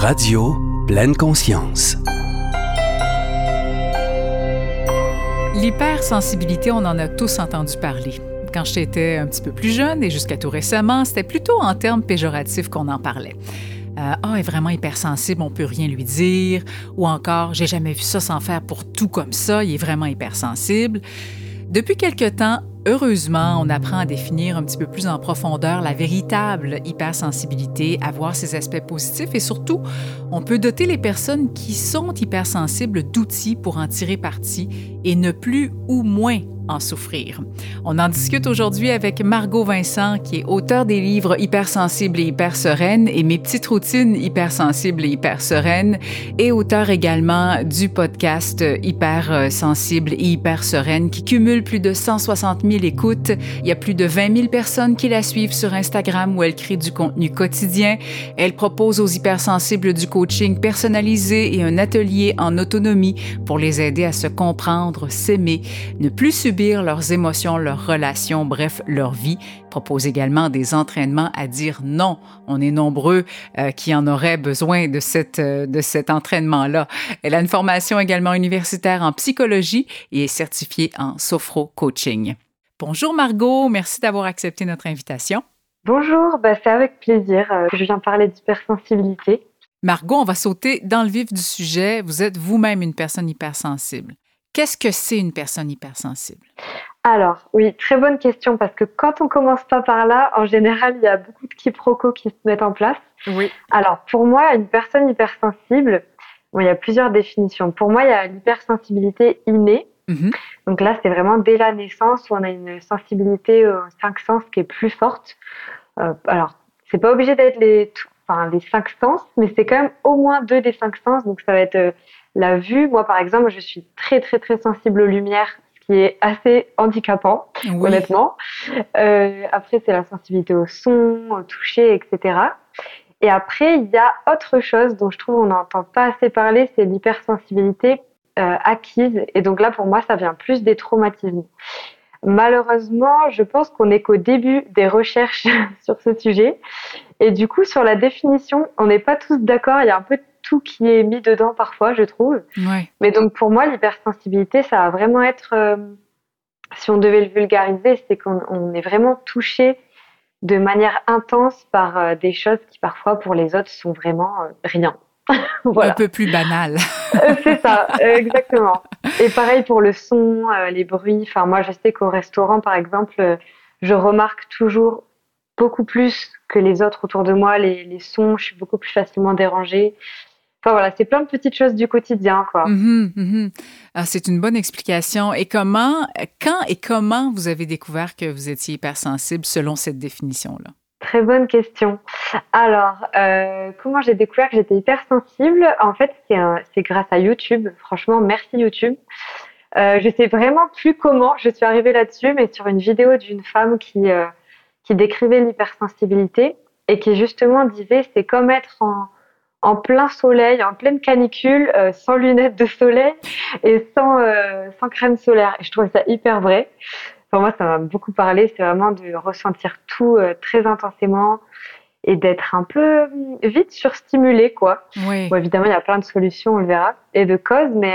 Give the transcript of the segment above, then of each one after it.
Radio pleine conscience. L'hypersensibilité, on en a tous entendu parler. Quand j'étais un petit peu plus jeune et jusqu'à tout récemment, c'était plutôt en termes péjoratifs qu'on en parlait. Elle est vraiment hypersensible, on peut rien lui dire. Ou encore, j'ai jamais vu ça sans faire pour tout comme ça, il est vraiment hypersensible. Depuis quelque temps, heureusement, on apprend à définir un petit peu plus en profondeur la véritable hypersensibilité, à voir ses aspects positifs et surtout, on peut doter les personnes qui sont hypersensibles d'outils pour en tirer parti et ne plus ou moins en souffrir. On en discute aujourd'hui avec Margot Vincent, qui est auteure des livres Hypersensible et hypersereine et Mes petites routines hypersensibles et hypersereines et auteure également du podcast Hypersensible et hypersereine qui cumule plus de 160 000 écoutes. Il y a plus de 20 000 personnes qui la suivent sur Instagram où elle crée du contenu quotidien. Elle propose aux hypersensibles du coaching personnalisé et un atelier en autonomie pour les aider à se comprendre, s'aimer, ne plus subir leurs émotions, leurs relations, bref, leur vie. Propose également des entraînements à dire non. On est nombreux qui en auraient besoin de cet entraînement-là. Elle a une formation également universitaire en psychologie et est certifiée en sophro-coaching. Bonjour Margot, merci d'avoir accepté notre invitation. Bonjour, c'est avec plaisir que je viens parler d'hypersensibilité. Margot, on va sauter dans le vif du sujet. Vous êtes vous-même une personne hypersensible. Qu'est-ce que c'est une personne hypersensible? Alors, oui, très bonne question, parce que quand on commence pas par là, en général, il y a beaucoup de quiproquos qui se mettent en place. Oui. Alors, pour moi, une personne hypersensible, il y a plusieurs définitions. Pour moi, il y a l'hypersensibilité innée. Mm-hmm. Donc là, c'est vraiment dès la naissance où on a une sensibilité aux 5 sens qui est plus forte. Alors, c'est pas obligé d'être les 5 sens, mais c'est quand même au moins 2 des 5 sens. Donc, ça va être la vue. Moi, par exemple, je suis très, très, très sensible aux lumières, ce qui est assez handicapant, oui. Honnêtement. Après, c'est la sensibilité au son, au toucher, etc. Et après, il y a autre chose dont je trouve on n'entend pas assez parler, c'est l'hypersensibilité acquise. Et donc là, pour moi, ça vient plus des traumatismes. Malheureusement, je pense qu'on n'est qu'au début des recherches sur ce sujet. Et du coup, sur la définition, on n'est pas tous d'accord. Il y a un peu tout qui est mis dedans parfois, je trouve. Ouais. Mais donc, pour moi, l'hypersensibilité, ça va vraiment être, si on devait le vulgariser, c'est qu'on est vraiment touché de manière intense par des choses qui, parfois, pour les autres, sont vraiment rien. Voilà. Un peu plus banal. C'est ça, exactement. Et pareil pour le son, les bruits. Enfin, moi, je sais qu'au restaurant, par exemple, je remarque toujours beaucoup plus que les autres autour de moi les sons. Je suis beaucoup plus facilement dérangée. Enfin voilà, c'est plein de petites choses du quotidien, quoi. Ah, c'est une bonne explication. Et quand et comment vous avez découvert que vous étiez hypersensible selon cette définition-là? Très bonne question. Alors, comment j'ai découvert que j'étais hypersensible? En fait, c'est grâce à YouTube. Franchement, merci YouTube. Je sais vraiment plus comment je suis arrivée là-dessus, mais sur une vidéo d'une femme qui décrivait l'hypersensibilité et qui justement disait c'est comme être en plein soleil, en pleine canicule, sans lunettes de soleil et sans crème solaire. Et je trouvais ça hyper vrai. Pour moi, ça m'a beaucoup parlé. C'est vraiment de ressentir tout très intensément et d'être un peu vite surstimulé, quoi. Oui. Bon, évidemment, il y a plein de solutions, on le verra, et de causes, mais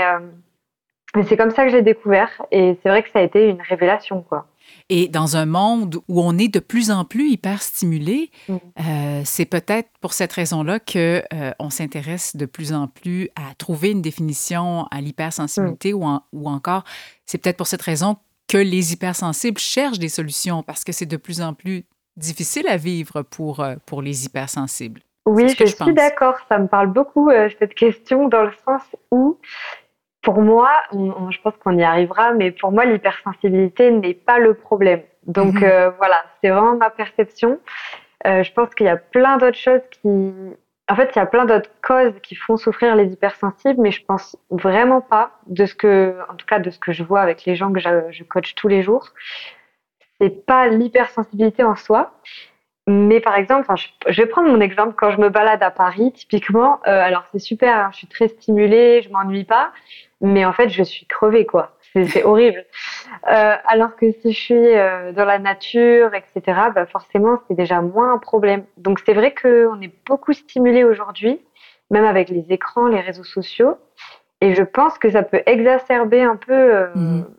c'est comme ça que j'ai découvert. Et c'est vrai que ça a été une révélation, quoi. Et dans un monde où on est de plus en plus hyperstimulé, c'est peut-être pour cette raison-là qu'on s'intéresse de plus en plus à trouver une définition à l'hypersensibilité ou encore, c'est peut-être pour cette raison que les hypersensibles cherchent des solutions parce que c'est de plus en plus difficile à vivre pour les hypersensibles. Oui, je suis d'accord. Ça me parle beaucoup, cette question, dans le sens où, pour moi, je pense qu'on y arrivera, mais pour moi, l'hypersensibilité n'est pas le problème. Donc voilà, c'est vraiment ma perception. Je pense qu'il y a plein d'autres choses En fait, il y a plein d'autres causes qui font souffrir les hypersensibles, mais je pense vraiment pas en tout cas de ce que je vois avec les gens que je coach tous les jours. C'est pas l'hypersensibilité en soi. Mais par exemple, je vais prendre mon exemple quand je me balade à Paris, typiquement. Alors c'est super, hein, je suis très stimulée, je m'ennuie pas, mais en fait je suis crevée, quoi. C'est horrible. Alors que si je suis dans la nature, etc., forcément c'est déjà moins un problème. Donc c'est vrai qu'on est beaucoup stimulé aujourd'hui, même avec les écrans, les réseaux sociaux. Et je pense que ça peut exacerber un peu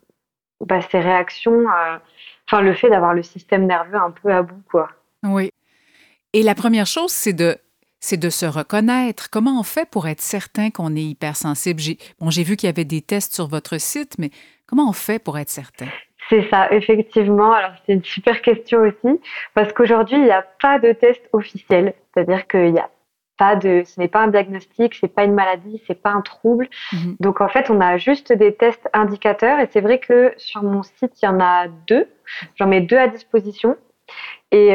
ces réactions, le fait d'avoir le système nerveux un peu à bout, quoi. Oui. Et la première chose, c'est de se reconnaître. Comment on fait pour être certain qu'on est hypersensible? J'ai vu qu'il y avait des tests sur votre site, mais comment on fait pour être certain? C'est ça, effectivement. Alors, c'est une super question aussi, parce qu'aujourd'hui, il n'y a pas de test officiel. C'est-à-dire qu'il y a ce n'est pas un diagnostic, c'est pas une maladie, c'est pas un trouble. Donc, en fait, on a juste des tests indicateurs. Et c'est vrai que sur mon site, il y en a 2. J'en mets 2 à disposition. Et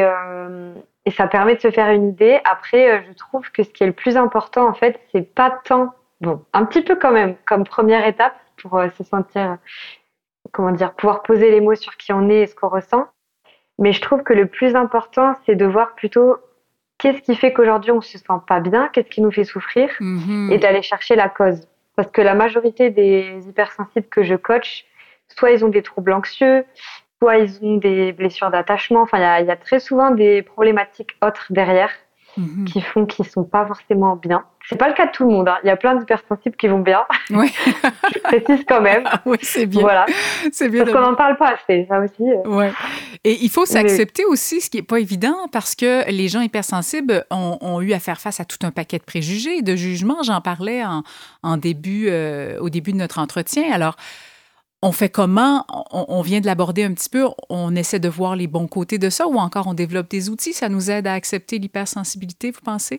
ça permet de se faire une idée. Après, je trouve que ce qui est le plus important, en fait, c'est pas tant, un petit peu quand même, comme première étape pour se sentir, pouvoir poser les mots sur qui on est et ce qu'on ressent. Mais je trouve que le plus important, c'est de voir plutôt qu'est-ce qui fait qu'aujourd'hui on se sent pas bien, qu'est-ce qui nous fait souffrir, et d'aller chercher la cause. Parce que la majorité des hypersensibles que je coach, soit ils ont des troubles anxieux, soit ils ont des blessures d'attachement. Enfin, il y a très souvent des problématiques autres derrière qui font qu'ils sont pas forcément bien. C'est pas le cas de tout le monde. Il y a plein d'hypersensibles qui vont bien. Oui. Je précise quand même. Oui, c'est bien. Voilà. C'est bien. Parce qu'on n'en parle pas assez, ça aussi. Ouais. Et il faut s'accepter aussi, ce qui n'est pas évident, parce que les gens hypersensibles ont eu à faire face à tout un paquet de préjugés et de jugements. J'en parlais au début de notre entretien. Alors, on fait comment? On vient de l'aborder un petit peu. On essaie de voir les bons côtés de ça, ou encore on développe des outils. Ça nous aide à accepter l'hypersensibilité, vous pensez?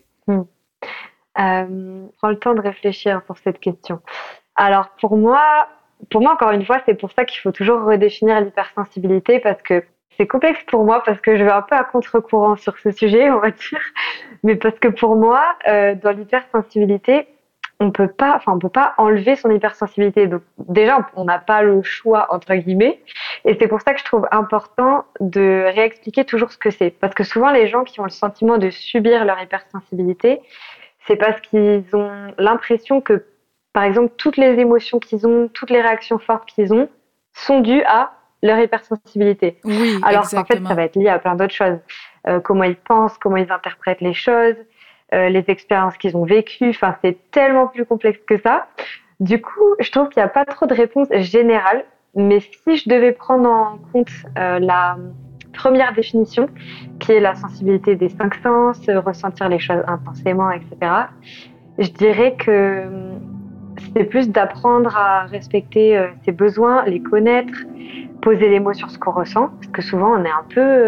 Prends le temps de réfléchir pour cette question. Alors, pour moi, encore une fois, c'est pour ça qu'il faut toujours redéfinir l'hypersensibilité, parce que c'est complexe pour moi, parce que je vais un peu à contre-courant sur ce sujet, on va dire. Mais parce que pour moi, dans l'hypersensibilité, on peut pas enlever son hypersensibilité. Donc, déjà, on n'a pas le choix, entre guillemets. Et c'est pour ça que je trouve important de réexpliquer toujours ce que c'est. Parce que souvent, les gens qui ont le sentiment de subir leur hypersensibilité, c'est parce qu'ils ont l'impression que, par exemple, toutes les émotions qu'ils ont, toutes les réactions fortes qu'ils ont, sont dues à leur hypersensibilité. Oui, alors exactement. qu'en fait, ça va être lié à plein d'autres choses. Comment ils pensent, comment ils interprètent les choses, les expériences qu'ils ont vécues. Enfin, c'est tellement plus complexe que ça. Du coup, je trouve qu'il n'y a pas trop de réponse générale. Mais si je devais prendre en compte la première définition, qui est la sensibilité des 5 sens, ressentir les choses intensément, etc., je dirais que c'est plus d'apprendre à respecter ses besoins, les connaître, poser les mots sur ce qu'on ressent, parce que souvent on est un peu...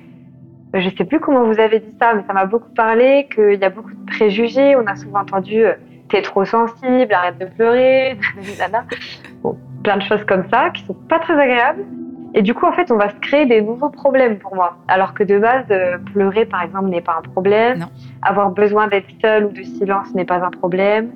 je sais plus comment vous avez dit ça, mais ça m'a beaucoup parlé, qu'il y a beaucoup de préjugés. On a souvent entendu « t'es trop sensible, arrête de pleurer », bon, plein de choses comme ça qui sont pas très agréables. Et du coup, en fait, on va se créer des nouveaux problèmes pour moi. Alors que de base, pleurer, par exemple, n'est pas un problème. Non. Avoir besoin d'être seul ou de silence n'est pas un problème.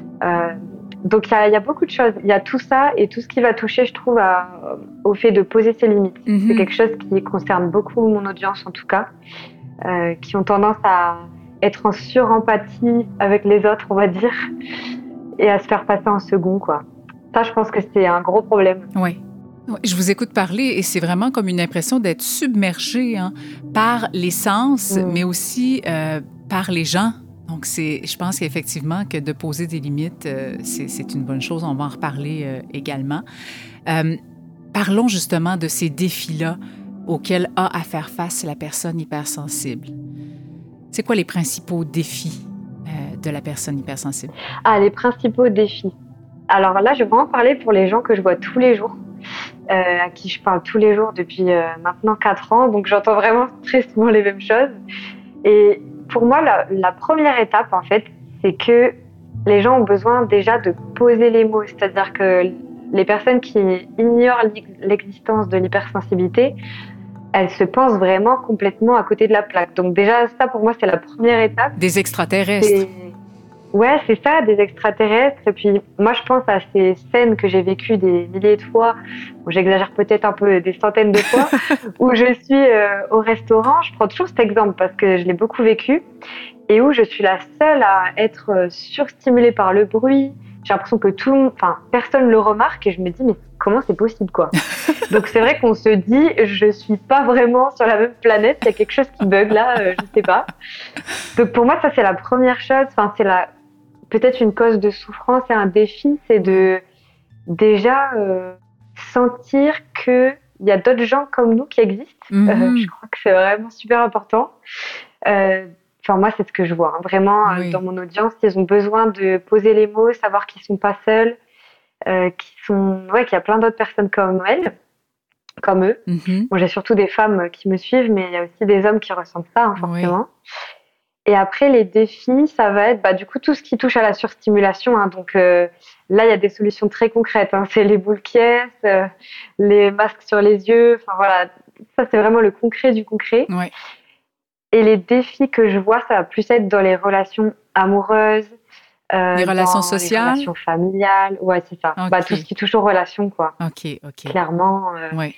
Donc, il y a beaucoup de choses. Il y a tout ça et tout ce qui va toucher, je trouve, au fait de poser ses limites. C'est quelque chose qui concerne beaucoup mon audience, en tout cas, qui ont tendance à être en surempathie avec les autres, on va dire, et à se faire passer en second, quoi. Ça, je pense que c'est un gros problème. Oui. Je vous écoute parler et c'est vraiment comme une impression d'être submergé par les sens, mais aussi par les gens. Donc, je pense qu'effectivement que de poser des limites, c'est une bonne chose. On va en reparler également. Parlons justement de ces défis-là auxquels a à faire face la personne hypersensible. C'est quoi les principaux défis de la personne hypersensible? Les principaux défis. Alors là, je vais vraiment parler pour les gens que je vois tous les jours. À qui je parle tous les jours depuis maintenant 4 ans. Donc, j'entends vraiment très souvent les mêmes choses. Et pour moi, la première étape, en fait, c'est que les gens ont besoin déjà de poser les mots. C'est-à-dire que les personnes qui ignorent l'existence de l'hypersensibilité, elles se pensent vraiment complètement à côté de la plaque. Donc déjà, ça, pour moi, c'est la première étape. Des extraterrestres. Ouais, c'est ça, des extraterrestres. Et puis, moi, je pense à ces scènes que j'ai vécues des milliers de fois, où j'exagère peut-être un peu, des centaines de fois, où je suis au restaurant. Je prends toujours cet exemple parce que je l'ai beaucoup vécu, et où je suis la seule à être surstimulée par le bruit. J'ai l'impression que personne le remarque, et je me dis, mais comment c'est possible, quoi? Donc, c'est vrai qu'on se dit, je suis pas vraiment sur la même planète, il y a quelque chose qui bug là, je sais pas. Donc, pour moi, ça, c'est la première chose, c'est peut-être une cause de souffrance et un défi, c'est de déjà sentir qu'il y a d'autres gens comme nous qui existent. Je crois que c'est vraiment super important. Enfin, moi, c'est ce que je vois. Hein. Vraiment, dans mon audience, ils ont besoin de poser les mots, savoir qu'ils sont pas seuls, qu'il y a plein d'autres personnes comme eux. Bon, j'ai surtout des femmes qui me suivent, mais il y a aussi des hommes qui ressentent ça, hein, forcément. Et après, les défis, ça va être du coup tout ce qui touche à la surstimulation. Hein. Donc là, il y a des solutions très concrètes. Hein. C'est les boules qui les masques sur les yeux. Enfin voilà, ça c'est vraiment le concret du concret. Ouais. Et les défis que je vois, ça va plus être dans les relations amoureuses, les relations sociales, les relations familiales. Ouais, c'est ça. Okay. Tout ce qui touche aux relations, quoi. Ok. Clairement.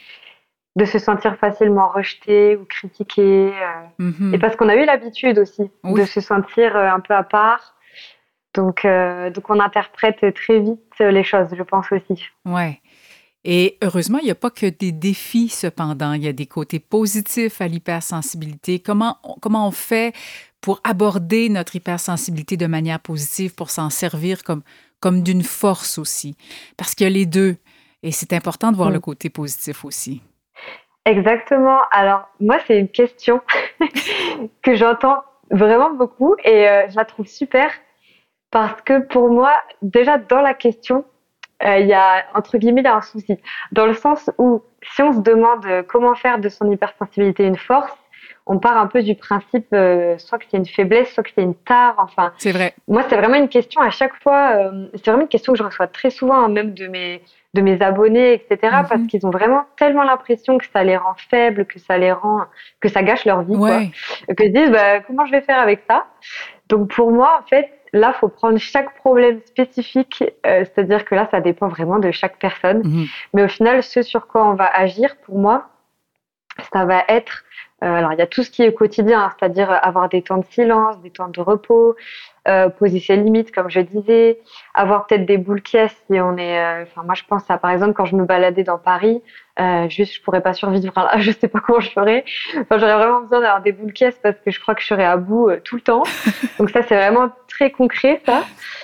De se sentir facilement rejeté ou critiqué. Et parce qu'on a eu l'habitude aussi de se sentir un peu à part. Donc on interprète très vite les choses, je pense aussi. Ouais. Et heureusement, il n'y a pas que des défis, cependant. Il y a des côtés positifs à l'hypersensibilité. Comment on fait pour aborder notre hypersensibilité de manière positive, pour s'en servir comme d'une force aussi? Parce qu'il y a les deux. Et c'est important de voir le côté positif aussi. Exactement. Alors, moi, c'est une question que j'entends vraiment beaucoup et je la trouve super parce que pour moi, déjà dans la question, il y a, entre guillemets, un souci. Dans le sens où, si on se demande comment faire de son hypersensibilité une force, on part un peu du principe soit que c'est une faiblesse, soit que c'est une tare. Enfin, c'est vrai. Moi, c'est vraiment une question à chaque fois. C'est vraiment une question que je reçois très souvent, hein, même de mes abonnés, etc. Parce qu'ils ont vraiment tellement l'impression que ça les rend faibles, que ça gâche leur vie, quoi. Que ils disent, comment je vais faire avec ça? Donc pour moi, en fait, là, faut prendre chaque problème spécifique. C'est-à-dire que là, ça dépend vraiment de chaque personne. Mais au final, ce sur quoi on va agir, pour moi, ça va être alors, il y a tout ce qui est quotidien, hein, c'est-à-dire avoir des temps de silence, des temps de repos, poser ses limites, comme je disais, avoir peut-être des boules qui si on est... moi, je pense à, par exemple, quand je me baladais dans Paris, je pourrais pas survivre là, je sais pas comment je ferais. Enfin, j'aurais vraiment besoin d'avoir des boules qui parce que je crois que je serais à bout tout le temps. Donc ça, c'est vraiment très concret, ça.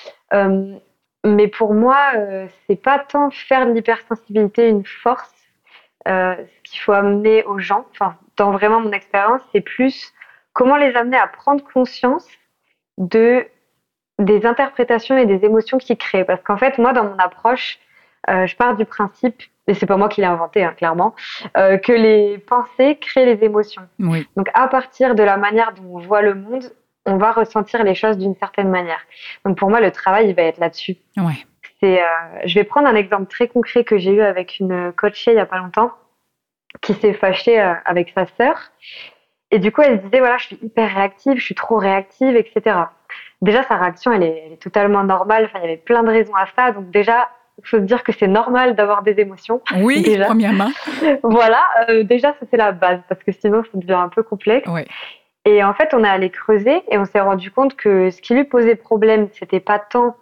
Mais pour moi, c'est pas tant faire de l'hypersensibilité une force. Ce qu'il faut amener aux gens, enfin, dans vraiment mon expérience, c'est plus comment les amener à prendre conscience des interprétations et des émotions qu'ils créent. Parce qu'en fait, moi, dans mon approche, je pars du principe, et c'est pas moi qui l'ai inventé, hein, clairement, que les pensées créent les émotions. Oui. Donc, à partir de la manière dont on voit le monde, on va ressentir les choses d'une certaine manière. Donc, pour moi, le travail, il va être là-dessus. Ouais. Je vais prendre un exemple très concret que j'ai eu avec une coachée il y a pas longtemps, qui s'est fâchée avec sa sœur. Et du coup, elle se disait, voilà, je suis hyper réactive, je suis trop réactive, etc. Déjà, sa réaction, elle est totalement normale. Enfin, il y avait plein de raisons à ça. Donc déjà, il faut se dire que c'est normal d'avoir des émotions. Oui, déjà. Premièrement. Voilà, déjà, ça c'est la base, parce que sinon, ça devient un peu complexe. Oui. Et en fait, on est allé creuser et on s'est rendu compte que ce qui lui posait problème, c'était pas tant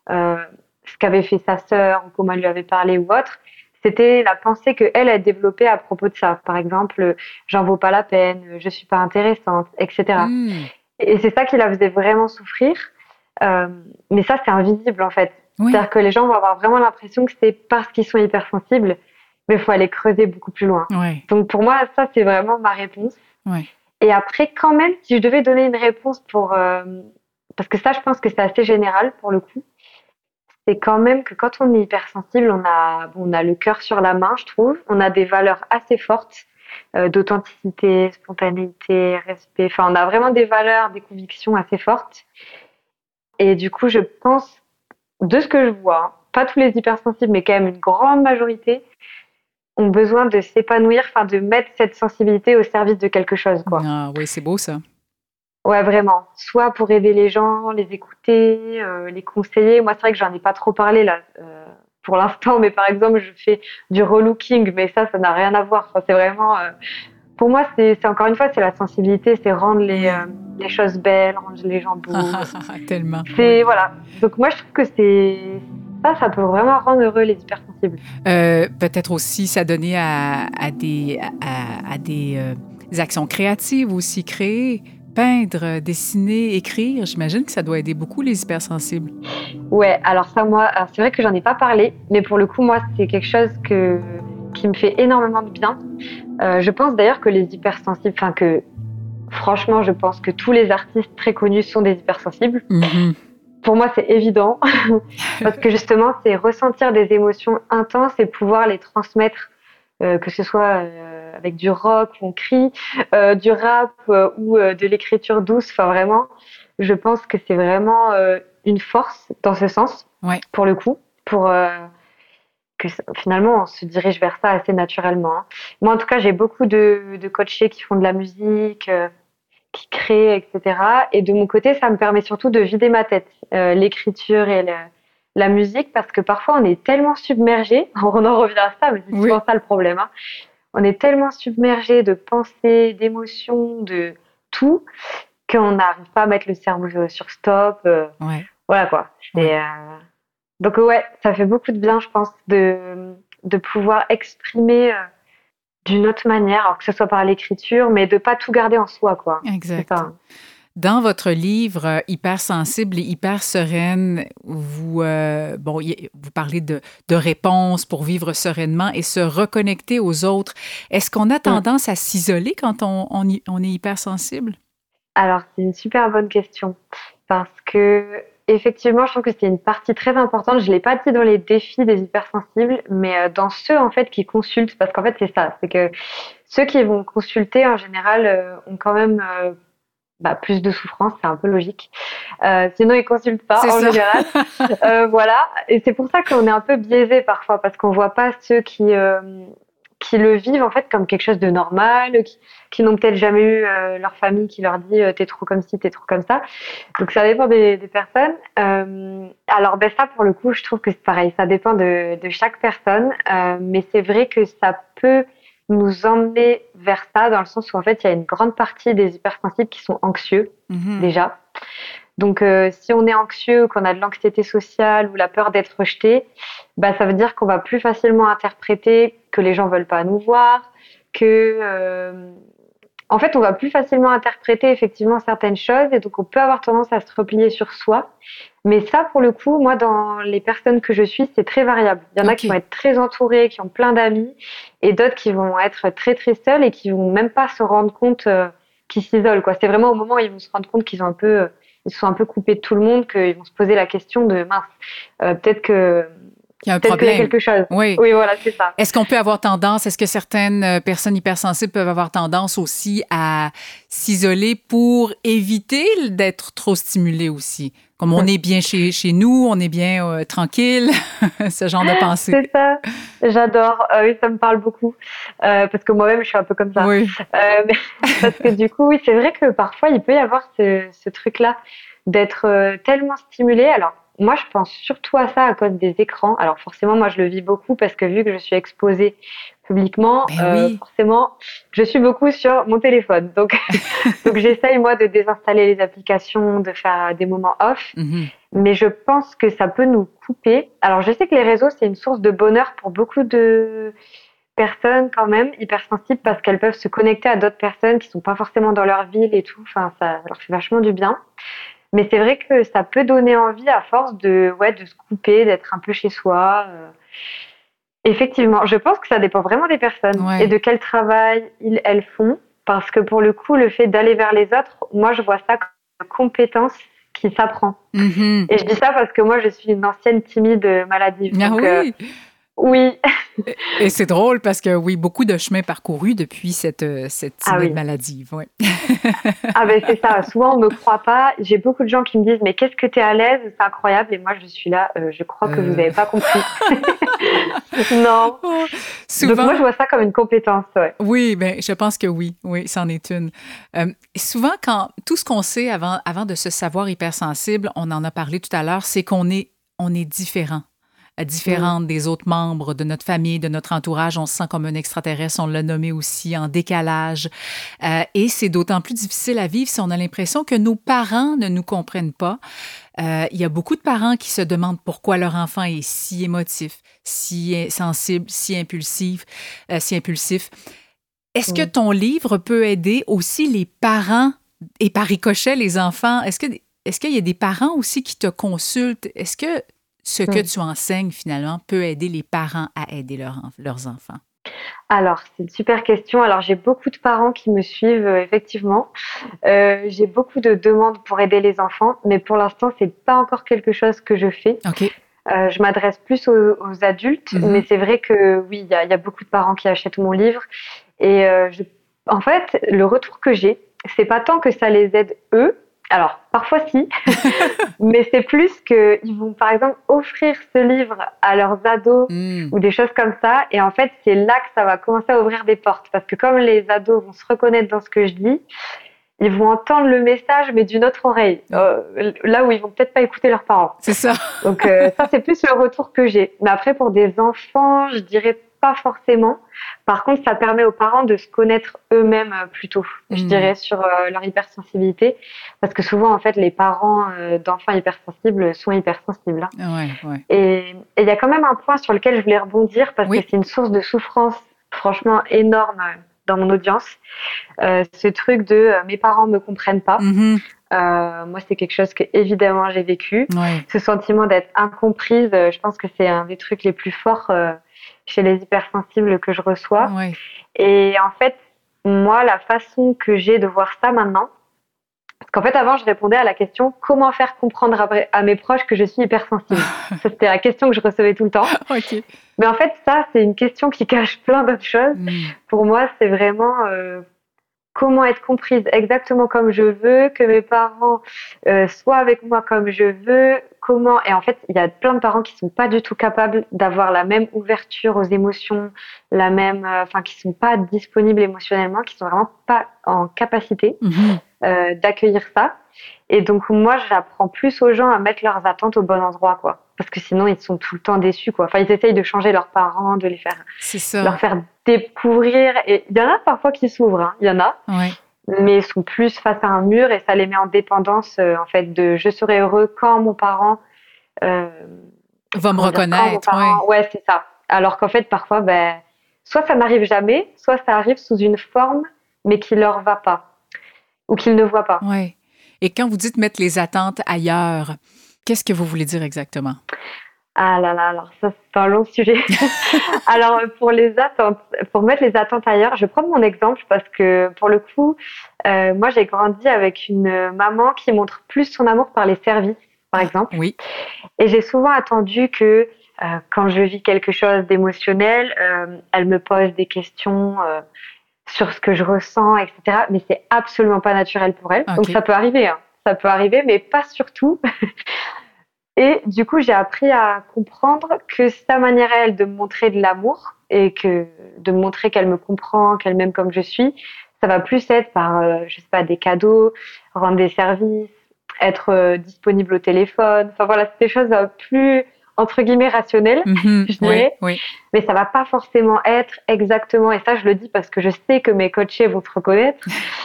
ce qu'avait fait sa sœur ou comment elle lui avait parlé ou autre, c'était la pensée qu'elle a développée à propos de ça. Par exemple, j'en vaux pas la peine, je suis pas intéressante, etc. Et c'est ça qui la faisait vraiment souffrir. Mais ça, c'est invisible en fait. Oui. C'est-à-dire que les gens vont avoir vraiment l'impression que c'est parce qu'ils sont hypersensibles, mais il faut aller creuser beaucoup plus loin. Oui. Donc pour moi, ça, c'est vraiment ma réponse. Oui. Et après, quand même, si je devais donner une réponse parce que ça, je pense que c'est assez général pour le coup, c'est quand même que quand on est hypersensible, on a le cœur sur la main, je trouve. On a des valeurs assez fortes d'authenticité, spontanéité, respect. Enfin, on a vraiment des valeurs, des convictions assez fortes. Et du coup, je pense, de ce que je vois, pas tous les hypersensibles, mais quand même une grande majorité, ont besoin de s'épanouir, enfin de mettre cette sensibilité au service de quelque chose, quoi. Ah oui, c'est beau ça. Ouais, vraiment. Soit pour aider les gens, les écouter, les conseiller. Moi, c'est vrai que j'en ai pas trop parlé là pour l'instant, mais par exemple, je fais du relooking, mais ça n'a rien à voir. Enfin, c'est vraiment, pour moi, c'est encore une fois, c'est la sensibilité, c'est rendre les choses belles, rendre les gens beaux. Tellement. C'est voilà. Donc moi, je trouve que ça peut vraiment rendre heureux les hypersensibles. Peut-être aussi s'adonner à des actions créatives aussi, créer peindre, dessiner, écrire, j'imagine que ça doit aider beaucoup les hypersensibles. Ouais, alors ça, moi, c'est vrai que j'en ai pas parlé, mais pour le coup, moi, c'est quelque chose qui me fait énormément de bien. Je pense d'ailleurs que les hypersensibles, franchement, je pense que tous les artistes très connus sont des hypersensibles. Mm-hmm. Pour moi, c'est évident, parce que justement, c'est ressentir des émotions intenses et pouvoir les transmettre, que ce soit avec du rock où on crie, du rap ou de l'écriture douce. Enfin, vraiment, je pense que c'est vraiment une force dans ce sens, pour le coup, pour que finalement, on se dirige vers ça assez naturellement. Moi, en tout cas, j'ai beaucoup de coachés qui font de la musique, qui créent, etc. Et de mon côté, ça me permet surtout de vider ma tête, l'écriture et la musique, parce que parfois, on est tellement submergé, on en revient à ça, mais c'est souvent ça le problème, hein. On est tellement submergé de pensées, d'émotions, de tout, qu'on n'arrive pas à mettre le cerveau sur stop. Voilà quoi. Donc ouais, ça fait beaucoup de bien, je pense, de pouvoir exprimer d'une autre manière, alors que ce soit par l'écriture, mais de pas tout garder en soi, quoi. Exact. Dans votre livre Hypersensible et hyper sereine, vous parlez de réponses pour vivre sereinement et se reconnecter aux autres. Est-ce qu'on a tendance à s'isoler quand on est hypersensible? Alors, c'est une super bonne question, parce que effectivement, je trouve que c'est une partie très importante. Je l'ai pas dit dans les défis des hypersensibles, mais dans ceux en fait qui consultent, parce qu'en fait c'est ça, c'est que ceux qui vont consulter en général ont quand même plus de souffrance, c'est un peu logique. Sinon, ils consultent pas en général. Voilà. Et c'est pour ça qu'on est un peu biaisé parfois, parce qu'on voit pas ceux qui le vivent en fait comme quelque chose de normal, qui n'ont peut-être jamais eu leur famille qui leur dit t'es trop comme ci, t'es trop comme ça. Donc ça dépend des personnes. Alors ça pour le coup, je trouve que c'est pareil, ça dépend de chaque personne, mais c'est vrai que ça peut nous emmener vers ça, dans le sens où en fait il y a une grande partie des hypersensibles qui sont anxieux déjà. Donc si on est anxieux, qu'on a de l'anxiété sociale ou la peur d'être rejeté, ça veut dire qu'on va plus facilement interpréter que les gens veulent pas nous voir, que en fait on va plus facilement interpréter effectivement certaines choses, et donc on peut avoir tendance à se replier sur soi. Mais ça, pour le coup, moi, dans les personnes que je suis, c'est très variable. Il y en a qui vont être très entourées, qui ont plein d'amis, et d'autres qui vont être très, très seules et qui vont même pas se rendre compte qu'ils s'isolent, quoi. C'est vraiment au moment où ils vont se rendre compte qu'ils sont un peu coupés de tout le monde, qu'ils vont se poser la question de mince, peut-être que il y a un peut-être problème. qu'il y a quelque chose. Oui, voilà, c'est ça. Est-ce qu'on peut avoir tendance, est-ce que certaines personnes hypersensibles peuvent avoir tendance aussi à s'isoler pour éviter d'être trop stimulées aussi? Comme on est bien chez nous, on est bien tranquille, ce genre de pensée. C'est ça, j'adore. Oui, ça me parle beaucoup. Parce que moi-même, je suis un peu comme ça. Oui. Parce que du coup, oui, c'est vrai que parfois, il peut y avoir ce truc-là d'être tellement stimulé. Alors, moi, je pense surtout à ça à cause des écrans. Alors, forcément, moi, je le vis beaucoup parce que vu que je suis exposée publiquement, forcément, je suis beaucoup sur mon téléphone. Donc j'essaye, moi, de désinstaller les applications, de faire des moments off. Mais je pense que ça peut nous couper. Alors, je sais que les réseaux, c'est une source de bonheur pour beaucoup de personnes quand même hypersensibles, parce qu'elles peuvent se connecter à d'autres personnes qui sont pas forcément dans leur ville et tout. Enfin, ça leur fait vachement du bien. Mais c'est vrai que ça peut donner envie à force de se couper, d'être un peu chez soi. Effectivement, je pense que ça dépend vraiment des personnes et de quel travail elles font. Parce que pour le coup, le fait d'aller vers les autres, moi, je vois ça comme une compétence qui s'apprend. Et je dis ça parce que moi, je suis une ancienne timide maladive. Ah donc, oui. Et c'est drôle parce que oui, beaucoup de chemin parcouru depuis cette timide maladive. Oui. C'est ça. Souvent, on me croit pas. J'ai beaucoup de gens qui me disent mais qu'est-ce que tu es à l'aise, c'est incroyable. Et moi, je suis là. Je crois que vous n'avez pas compris. Non. Souvent... Donc moi, je vois ça comme une compétence. Ouais. Oui, je pense que oui, c'en est une. Souvent, quand tout ce qu'on sait avant de se savoir hypersensible, on en a parlé tout à l'heure, c'est qu'on est différent. Différente des autres membres de notre famille, de notre entourage. On se sent comme un extraterrestre, on l'a nommé aussi, en décalage. Et c'est d'autant plus difficile à vivre si on a l'impression que nos parents ne nous comprennent pas. Il y a beaucoup de parents qui se demandent pourquoi leur enfant est si émotif, si sensible, si impulsif. Est-ce que ton livre peut aider aussi les parents Et par ricochet, les enfants, est-ce qu'il y a des parents aussi qui te consultent? Est-ce que ce que tu enseignes, finalement, peut aider les parents à aider leurs enfants? Alors, c'est une super question. Alors, j'ai beaucoup de parents qui me suivent, effectivement. J'ai beaucoup de demandes pour aider les enfants, mais pour l'instant, c'est pas encore quelque chose que je fais. OK. Je m'adresse plus aux adultes, mais c'est vrai que oui, il y a beaucoup de parents qui achètent mon livre. Et en fait, le retour que j'ai, c'est pas tant que ça les aide eux. Alors, parfois si, mais c'est plus qu'ils vont, par exemple, offrir ce livre à leurs ados ou des choses comme ça. Et en fait, c'est là que ça va commencer à ouvrir des portes. Parce que comme les ados vont se reconnaître dans ce que je dis, ils vont entendre le message, mais d'une autre oreille. Là où ils vont peut-être pas écouter leurs parents. C'est ça. Donc, ça, c'est plus le retour que j'ai. Mais après, pour des enfants, je dirais pas forcément. Par contre, ça permet aux parents de se connaître eux-mêmes plus tôt, je dirais, sur leur hypersensibilité. Parce que souvent, en fait, les parents d'enfants hypersensibles sont hypersensibles. Hein. Ouais. Et il y a quand même un point sur lequel je voulais rebondir parce que c'est une source de souffrance franchement énorme dans mon audience. Ce truc de mes parents me comprennent pas. Moi, c'est quelque chose que évidemment j'ai vécu. Ce sentiment d'être incomprise, je pense que c'est un des trucs les plus forts chez les hypersensibles que je reçois. Et en fait, moi, la façon que j'ai de voir ça maintenant, parce qu'en fait, avant, je répondais à la question « Comment faire comprendre à mes proches que je suis hypersensible ?» Ça, c'était la question que je recevais tout le temps. Mais en fait, ça, c'est une question qui cache plein d'autres choses. Pour moi, c'est vraiment comment être comprise exactement comme je veux, que mes parents soient avec moi comme je veux, comment... Et en fait, il y a plein de parents qui sont pas du tout capables d'avoir la même ouverture aux émotions, qui sont pas disponibles émotionnellement, qui sont vraiment pas en capacité d'accueillir ça. Et donc, moi, j'apprends plus aux gens à mettre leurs attentes au bon endroit, quoi. Parce que sinon, ils sont tout le temps déçus, quoi. Enfin, ils essayent de changer leurs parents, de leur faire découvrir. Et il y en a parfois qui s'ouvrent, hein. Il y en a. Mais ils sont plus face à un mur et ça les met en dépendance, en fait, de je serai heureux quand mon parent va me reconnaître. Ouais, c'est ça. Alors qu'en fait, parfois, soit ça n'arrive jamais, soit ça arrive sous une forme, mais qui leur va pas. Ou qu'ils ne voient pas. Et quand vous dites mettre les attentes ailleurs, qu'est-ce que vous voulez dire exactement? Ah là là, alors ça, c'est un long sujet. Alors, pour mettre les attentes ailleurs, je prends mon exemple parce que, pour le coup, moi, j'ai grandi avec une maman qui montre plus son amour par les services, par exemple. Et j'ai souvent attendu que, quand je vis quelque chose d'émotionnel, elle me pose des questions sur ce que je ressens, etc. Mais c'est absolument pas naturel pour elle. Donc, ça peut arriver, hein. Ça peut arriver, mais pas surtout. Et du coup, j'ai appris à comprendre que sa manière à elle de me montrer de l'amour et de me montrer qu'elle me comprend, qu'elle m'aime comme je suis, ça va plus être par, je sais pas, des cadeaux, rendre des services, être disponible au téléphone. Enfin voilà, c'est des choses plus entre guillemets rationnelles, je dirais. Mais ça va pas forcément être exactement, et ça je le dis parce que je sais que mes coachés vont se reconnaître,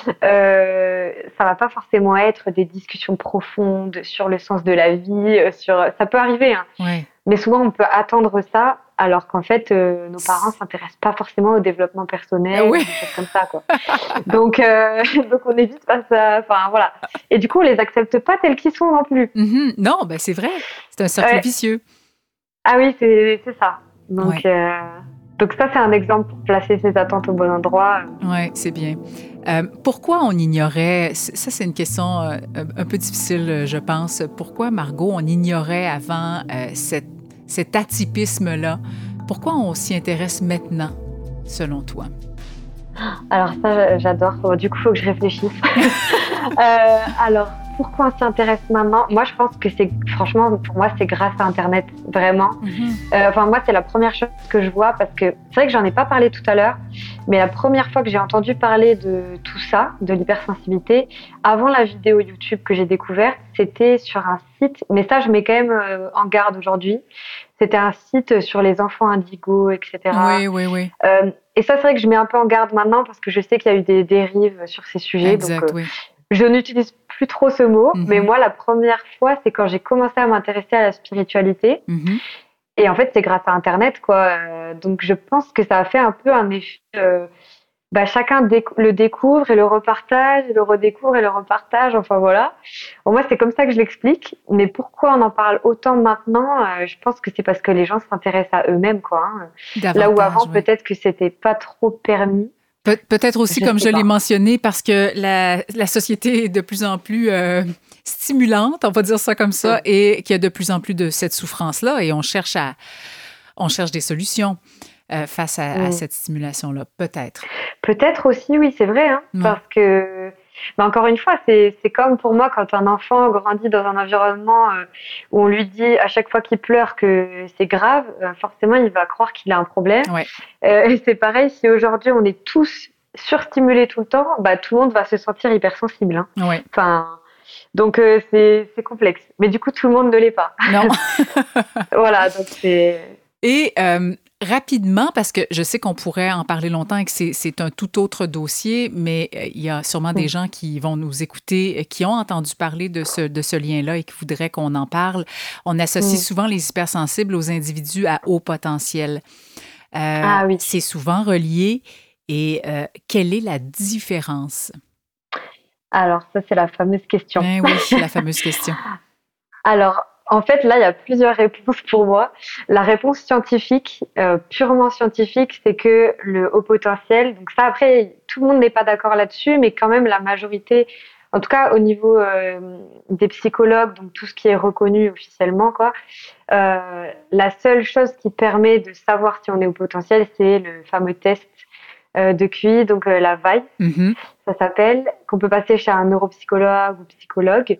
ça va pas forcément être des discussions profondes sur le sens de la vie, ça peut arriver, hein. Mais souvent on peut attendre ça, alors qu'en fait nos parents s'intéressent pas forcément au développement personnel, des choses comme ça, quoi. Donc on évite pas ça, enfin voilà. Et du coup on les accepte pas tels qu'ils sont non plus. Non, c'est vrai, c'est un cercle vicieux. Ah oui, c'est ça. Donc ça, c'est un exemple pour placer ses attentes au bon endroit. Oui, c'est bien. Pourquoi on ignorait, ça c'est une question un peu difficile, je pense, pourquoi, Margot, on ignorait avant cet atypisme-là? Pourquoi on s'y intéresse maintenant, selon toi? Alors ça, j'adore. Du coup, il faut que je réfléchisse. Alors, pourquoi on s'y intéresse maintenant? Moi, je pense que franchement, pour moi, c'est grâce à Internet, vraiment. Moi, c'est la première chose que je vois parce que c'est vrai que j'en ai pas parlé tout à l'heure, mais la première fois que j'ai entendu parler de tout ça, de l'hypersensibilité, avant la vidéo YouTube que j'ai découverte, c'était sur un site, mais ça, je mets quand même en garde aujourd'hui. C'était un site sur les enfants indigos, etc. Oui. Et ça, c'est vrai que je mets un peu en garde maintenant parce que je sais qu'il y a eu des dérives sur ces sujets. Exact, donc, je n'utilise plus trop ce mot, mais moi, la première fois, c'est quand j'ai commencé à m'intéresser à la spiritualité. Et en fait, c'est grâce à Internet, quoi. Donc, je pense que ça a fait un peu un effet chacun le découvre et le repartage, et le redécouvre et le repartage. Enfin voilà. Bon, moi, c'est comme ça que je l'explique. Mais pourquoi on en parle autant maintenant? Je pense que c'est parce que les gens s'intéressent à eux-mêmes, quoi. Là où avant, peut-être que c'était pas trop permis. Peut-être aussi, comme je l'ai mentionné, parce que la société est de plus en plus stimulante, on va dire ça comme ça, et qu'il y a de plus en plus de cette souffrance-là, et on cherche des solutions face à cette stimulation-là, peut-être. Peut-être aussi, oui, c'est vrai, parce que, encore une fois, c'est comme pour moi quand un enfant grandit dans un environnement où on lui dit à chaque fois qu'il pleure que c'est grave, forcément, il va croire qu'il a un problème. Ouais. Et c'est pareil, si aujourd'hui on est tous surstimulés tout le temps, tout le monde va se sentir hypersensible. Ouais. Donc c'est complexe. Mais du coup, tout le monde ne l'est pas. Non. Voilà, donc c'est... Et rapidement, parce que je sais qu'on pourrait en parler longtemps et que c'est un tout autre dossier, mais il y a sûrement des gens qui vont nous écouter, qui ont entendu parler de ce lien-là et qui voudraient qu'on en parle. On associe souvent les hypersensibles aux individus à haut potentiel. Oui. C'est souvent relié. Et quelle est la différence? Alors, ça, c'est la fameuse question. Oui, la fameuse question. Alors, en fait, là, il y a plusieurs réponses pour moi. La réponse scientifique, purement scientifique, c'est que le haut potentiel, donc ça, après, tout le monde n'est pas d'accord là-dessus, mais quand même, la majorité, en tout cas au niveau des psychologues, donc tout ce qui est reconnu officiellement, quoi, la seule chose qui permet de savoir si on est au potentiel, c'est le fameux test de QI, donc la VAI, ça s'appelle, qu'on peut passer chez un neuropsychologue ou psychologue.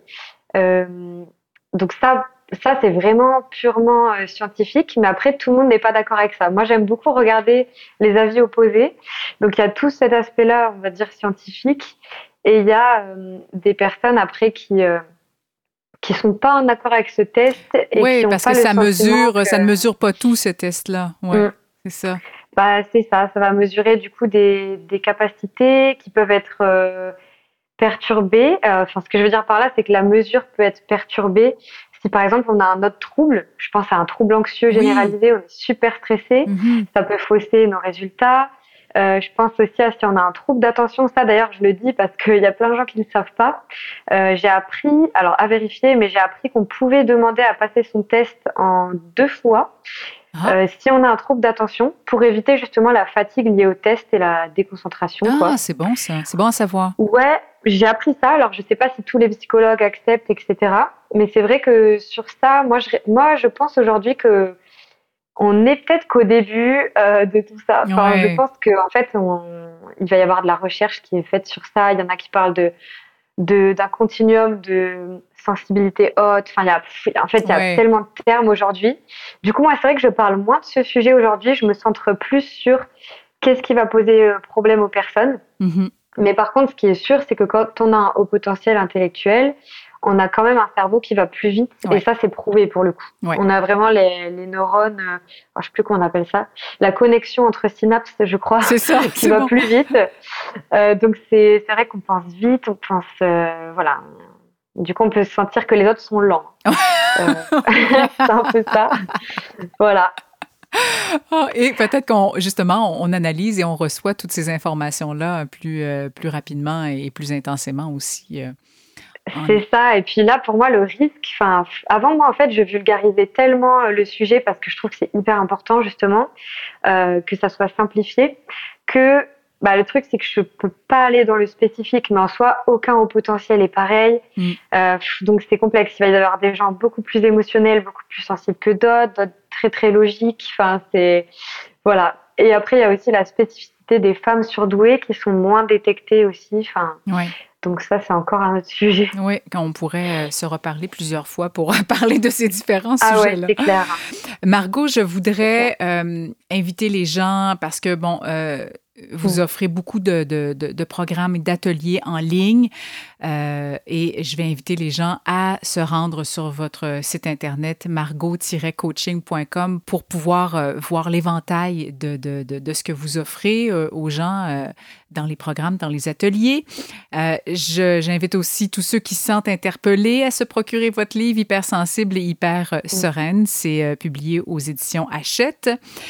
Donc ça c'est vraiment purement scientifique, mais après tout le monde n'est pas d'accord avec ça. Moi, j'aime beaucoup regarder les avis opposés. Donc il y a tout cet aspect-là, on va dire scientifique, et il y a des personnes après qui sont pas en accord avec ce test et qui ont parce pas que le ça sentiment ne mesure pas tout ce test-là. Ouais, c'est ça. C'est ça. Ça va mesurer du coup des capacités qui peuvent être perturbées. Ce que je veux dire par là, c'est que la mesure peut être perturbée si par exemple on a un autre trouble. Je pense à un trouble anxieux généralisé, on est super stressé, ça peut fausser nos résultats. Je pense aussi à si on a un trouble d'attention. Ça, d'ailleurs, je le dis parce qu'il y a plein de gens qui ne le savent pas. J'ai appris, alors à vérifier, mais j'ai appris qu'on pouvait demander à passer son test en 2 fois si on a un trouble d'attention pour éviter justement la fatigue liée au test et la déconcentration. C'est bon ça. C'est bon à savoir. Ouais, j'ai appris ça. Alors, je sais pas si tous les psychologues acceptent, etc. Mais c'est vrai que sur ça, moi, je pense aujourd'hui que on est peut-être qu'au début de tout ça. Je pense qu'en fait, il va y avoir de la recherche qui est faite sur ça. Il y en a qui parlent d'un continuum de sensibilité haute. Il y a tellement de termes aujourd'hui. Du coup, moi, c'est vrai que je parle moins de ce sujet aujourd'hui. Je me centre plus sur qu'est-ce qui va poser problème aux personnes. Mais par contre, ce qui est sûr, c'est que quand on a un haut potentiel intellectuel, on a quand même un cerveau qui va plus vite. Et ça, c'est prouvé pour le coup. On a vraiment les neurones, je sais plus comment on appelle ça, la connexion entre synapses, je crois, c'est ça, qui va plus vite. Donc, c'est vrai qu'on pense vite, on pense... voilà. Du coup, on peut se sentir que les autres sont lents. C'est un peu ça. Voilà. Et peut-être on analyse et on reçoit toutes ces informations-là plus rapidement et plus intensément aussi. C'est ça. Et puis là, pour moi, le risque, avant moi, en fait, je vulgarisais tellement le sujet parce que je trouve que c'est hyper important, justement, que ça soit simplifié, que le truc, c'est que je peux pas aller dans le spécifique, mais en soi, aucun haut potentiel est pareil. Donc, c'est complexe. Il va y avoir des gens beaucoup plus émotionnels, beaucoup plus sensibles que d'autres très, très logiques. Voilà. Et après, il y a aussi la spécificité des femmes surdouées qui sont moins détectées aussi. Donc ça, c'est encore un autre sujet. Oui, quand on pourrait se reparler plusieurs fois pour parler de ces différents sujets-là. Ah ouais, c'est clair. Margot, je voudrais inviter les gens parce que, vous offrez beaucoup de programmes et d'ateliers en ligne et je vais inviter les gens à se rendre sur votre site internet margot-coaching.com pour pouvoir voir l'éventail de ce que vous offrez aux gens dans les programmes, dans les ateliers. J'invite aussi tous ceux qui se sentent interpellés à se procurer votre livre Hypersensible et hyper sereine. C'est publié aux éditions Hachette.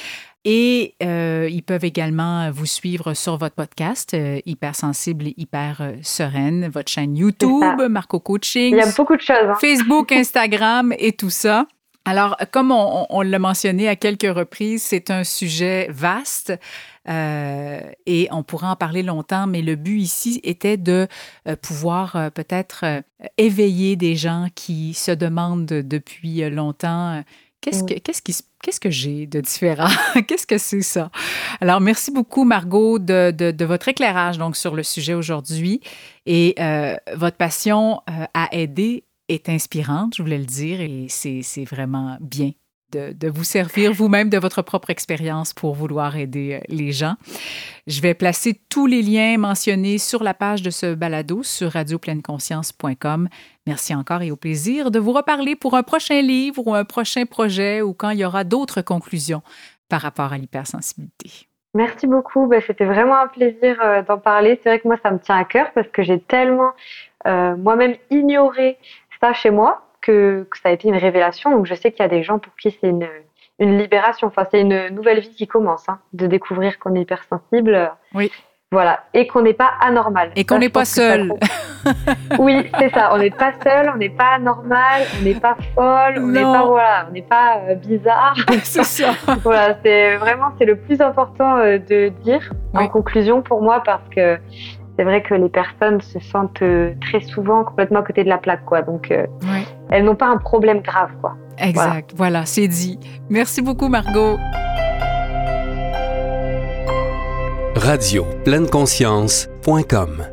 Et ils peuvent également vous suivre sur votre podcast, Hypersensible et Hyper Sereine, votre chaîne YouTube, Marco Coaching. Il y a beaucoup de choses. Facebook, Instagram et tout ça. Alors, comme on l'a mentionné à quelques reprises, c'est un sujet vaste et on pourrait en parler longtemps, mais le but ici était de pouvoir peut-être éveiller des gens qui se demandent depuis longtemps qu'est-ce que j'ai de différent? Qu'est-ce que c'est ça? Alors, merci beaucoup, Margot, de votre éclairage donc, sur le sujet aujourd'hui. Et votre passion à aider est inspirante, je voulais le dire, et c'est vraiment bien de vous servir vous-même de votre propre expérience pour vouloir aider les gens. Je vais placer tous les liens mentionnés sur la page de ce balado sur radiopleineConscience.com. Merci encore et au plaisir de vous reparler pour un prochain livre ou un prochain projet ou quand il y aura d'autres conclusions par rapport à l'hypersensibilité. Merci beaucoup. C'était vraiment un plaisir d'en parler. C'est vrai que moi, ça me tient à cœur parce que j'ai tellement moi-même ignoré ça chez moi que ça a été une révélation. Donc, je sais qu'il y a des gens pour qui c'est une libération. Enfin, c'est une nouvelle vie qui commence, de découvrir qu'on est hypersensible. Oui. Voilà. Et qu'on n'est pas anormal. Et qu'on n'est pas seul. Oui, c'est ça. On n'est pas seul, on n'est pas anormal, on n'est pas folle, on n'est pas bizarre. C'est ça. Voilà, c'est le plus important de dire en conclusion pour moi parce que c'est vrai que les personnes se sentent très souvent complètement à côté de la plaque, quoi. Donc, elles n'ont pas un problème grave, quoi. Exact. Voilà, c'est dit. Merci beaucoup, Margot. radiopleineConscience.com